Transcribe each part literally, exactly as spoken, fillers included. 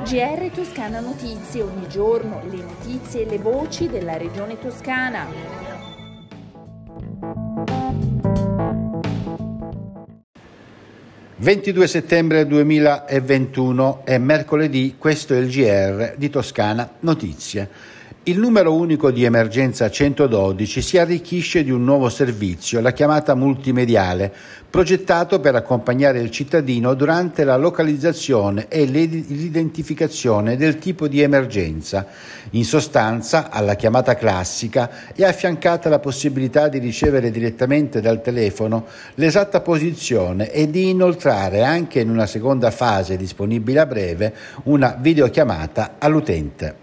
G R Toscana Notizie, ogni giorno le notizie e le voci della regione toscana. ventidue settembre duemilaventuno è mercoledì, questo è il G R di Toscana Notizie. Il numero unico di emergenza centododici si arricchisce di un nuovo servizio, la chiamata multimediale, progettato per accompagnare il cittadino durante la localizzazione e l'identificazione del tipo di emergenza. In sostanza, alla chiamata classica è affiancata la possibilità di ricevere direttamente dal telefono l'esatta posizione e di inoltrare anche in una seconda fase disponibile a breve una videochiamata all'utente.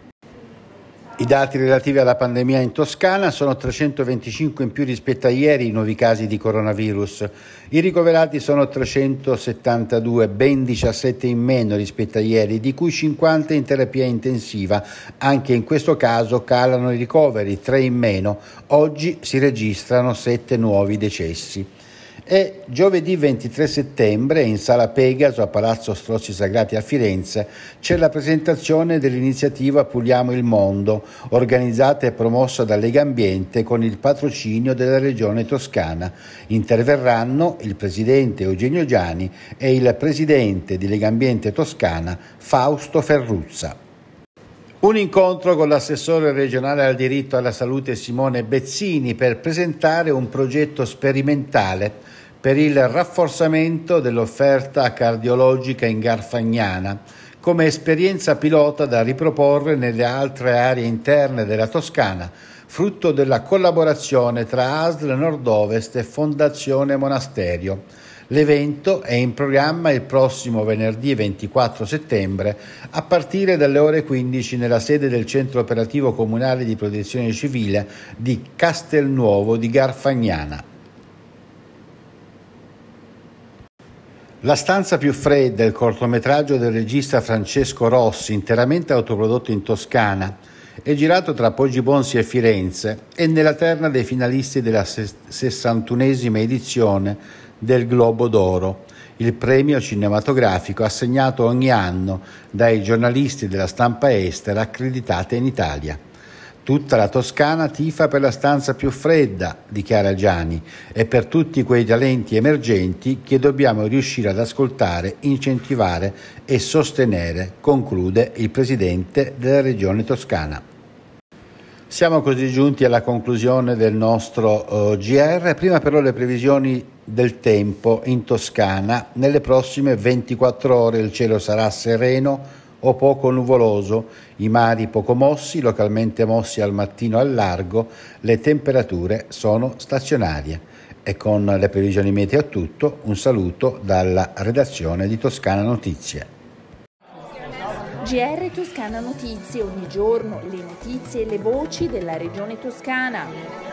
I dati relativi alla pandemia in Toscana sono trecentoventicinque in più rispetto a ieri i nuovi casi di coronavirus. I ricoverati sono trecentosettantadue, ben diciassette in meno rispetto a ieri, di cui cinquanta in terapia intensiva. Anche in questo caso calano i ricoveri, tre in meno. Oggi si registrano sette nuovi decessi. È giovedì ventitré settembre in Sala Pegaso a Palazzo Strozzi Sagrati a Firenze c'è la presentazione dell'iniziativa Puliamo il Mondo, organizzata e promossa da Legambiente con il patrocinio della Regione Toscana. Interverranno il presidente Eugenio Giani e il presidente di Legambiente Toscana Fausto Ferruzza. Un incontro con l'assessore regionale al diritto alla salute Simone Bezzini per presentare un progetto sperimentale per il rafforzamento dell'offerta cardiologica in Garfagnana, come esperienza pilota da riproporre nelle altre aree interne della Toscana, frutto della collaborazione tra A S L Nord-Ovest e Fondazione Monasterio. L'evento è in programma il prossimo venerdì ventiquattro settembre a partire dalle ore quindici nella sede del Centro Operativo Comunale di Protezione Civile di Castelnuovo di Garfagnana. La stanza più fredda, il cortometraggio del regista Francesco Rossi, interamente autoprodotto in Toscana, è girato tra Poggi Bonsi e Firenze e nella terna dei finalisti della sessantunesima edizione del Globo d'Oro, il premio cinematografico assegnato ogni anno dai giornalisti della stampa estera accreditata in Italia. Tutta la Toscana tifa per la stanza più fredda, dichiara Giani, e per tutti quei talenti emergenti che dobbiamo riuscire ad ascoltare, incentivare e sostenere, conclude il presidente della Regione Toscana. Siamo così giunti alla conclusione del nostro uh, G R, prima però le previsioni del tempo in Toscana. Nelle prossime ventiquattro ore il cielo sarà sereno o poco nuvoloso, i mari poco mossi, localmente mossi al mattino al largo, le temperature sono stazionarie. E con le previsioni meteo è tutto, un saluto dalla redazione di Toscana Notizie. G R Toscana Notizie, ogni giorno le notizie e le voci della regione toscana.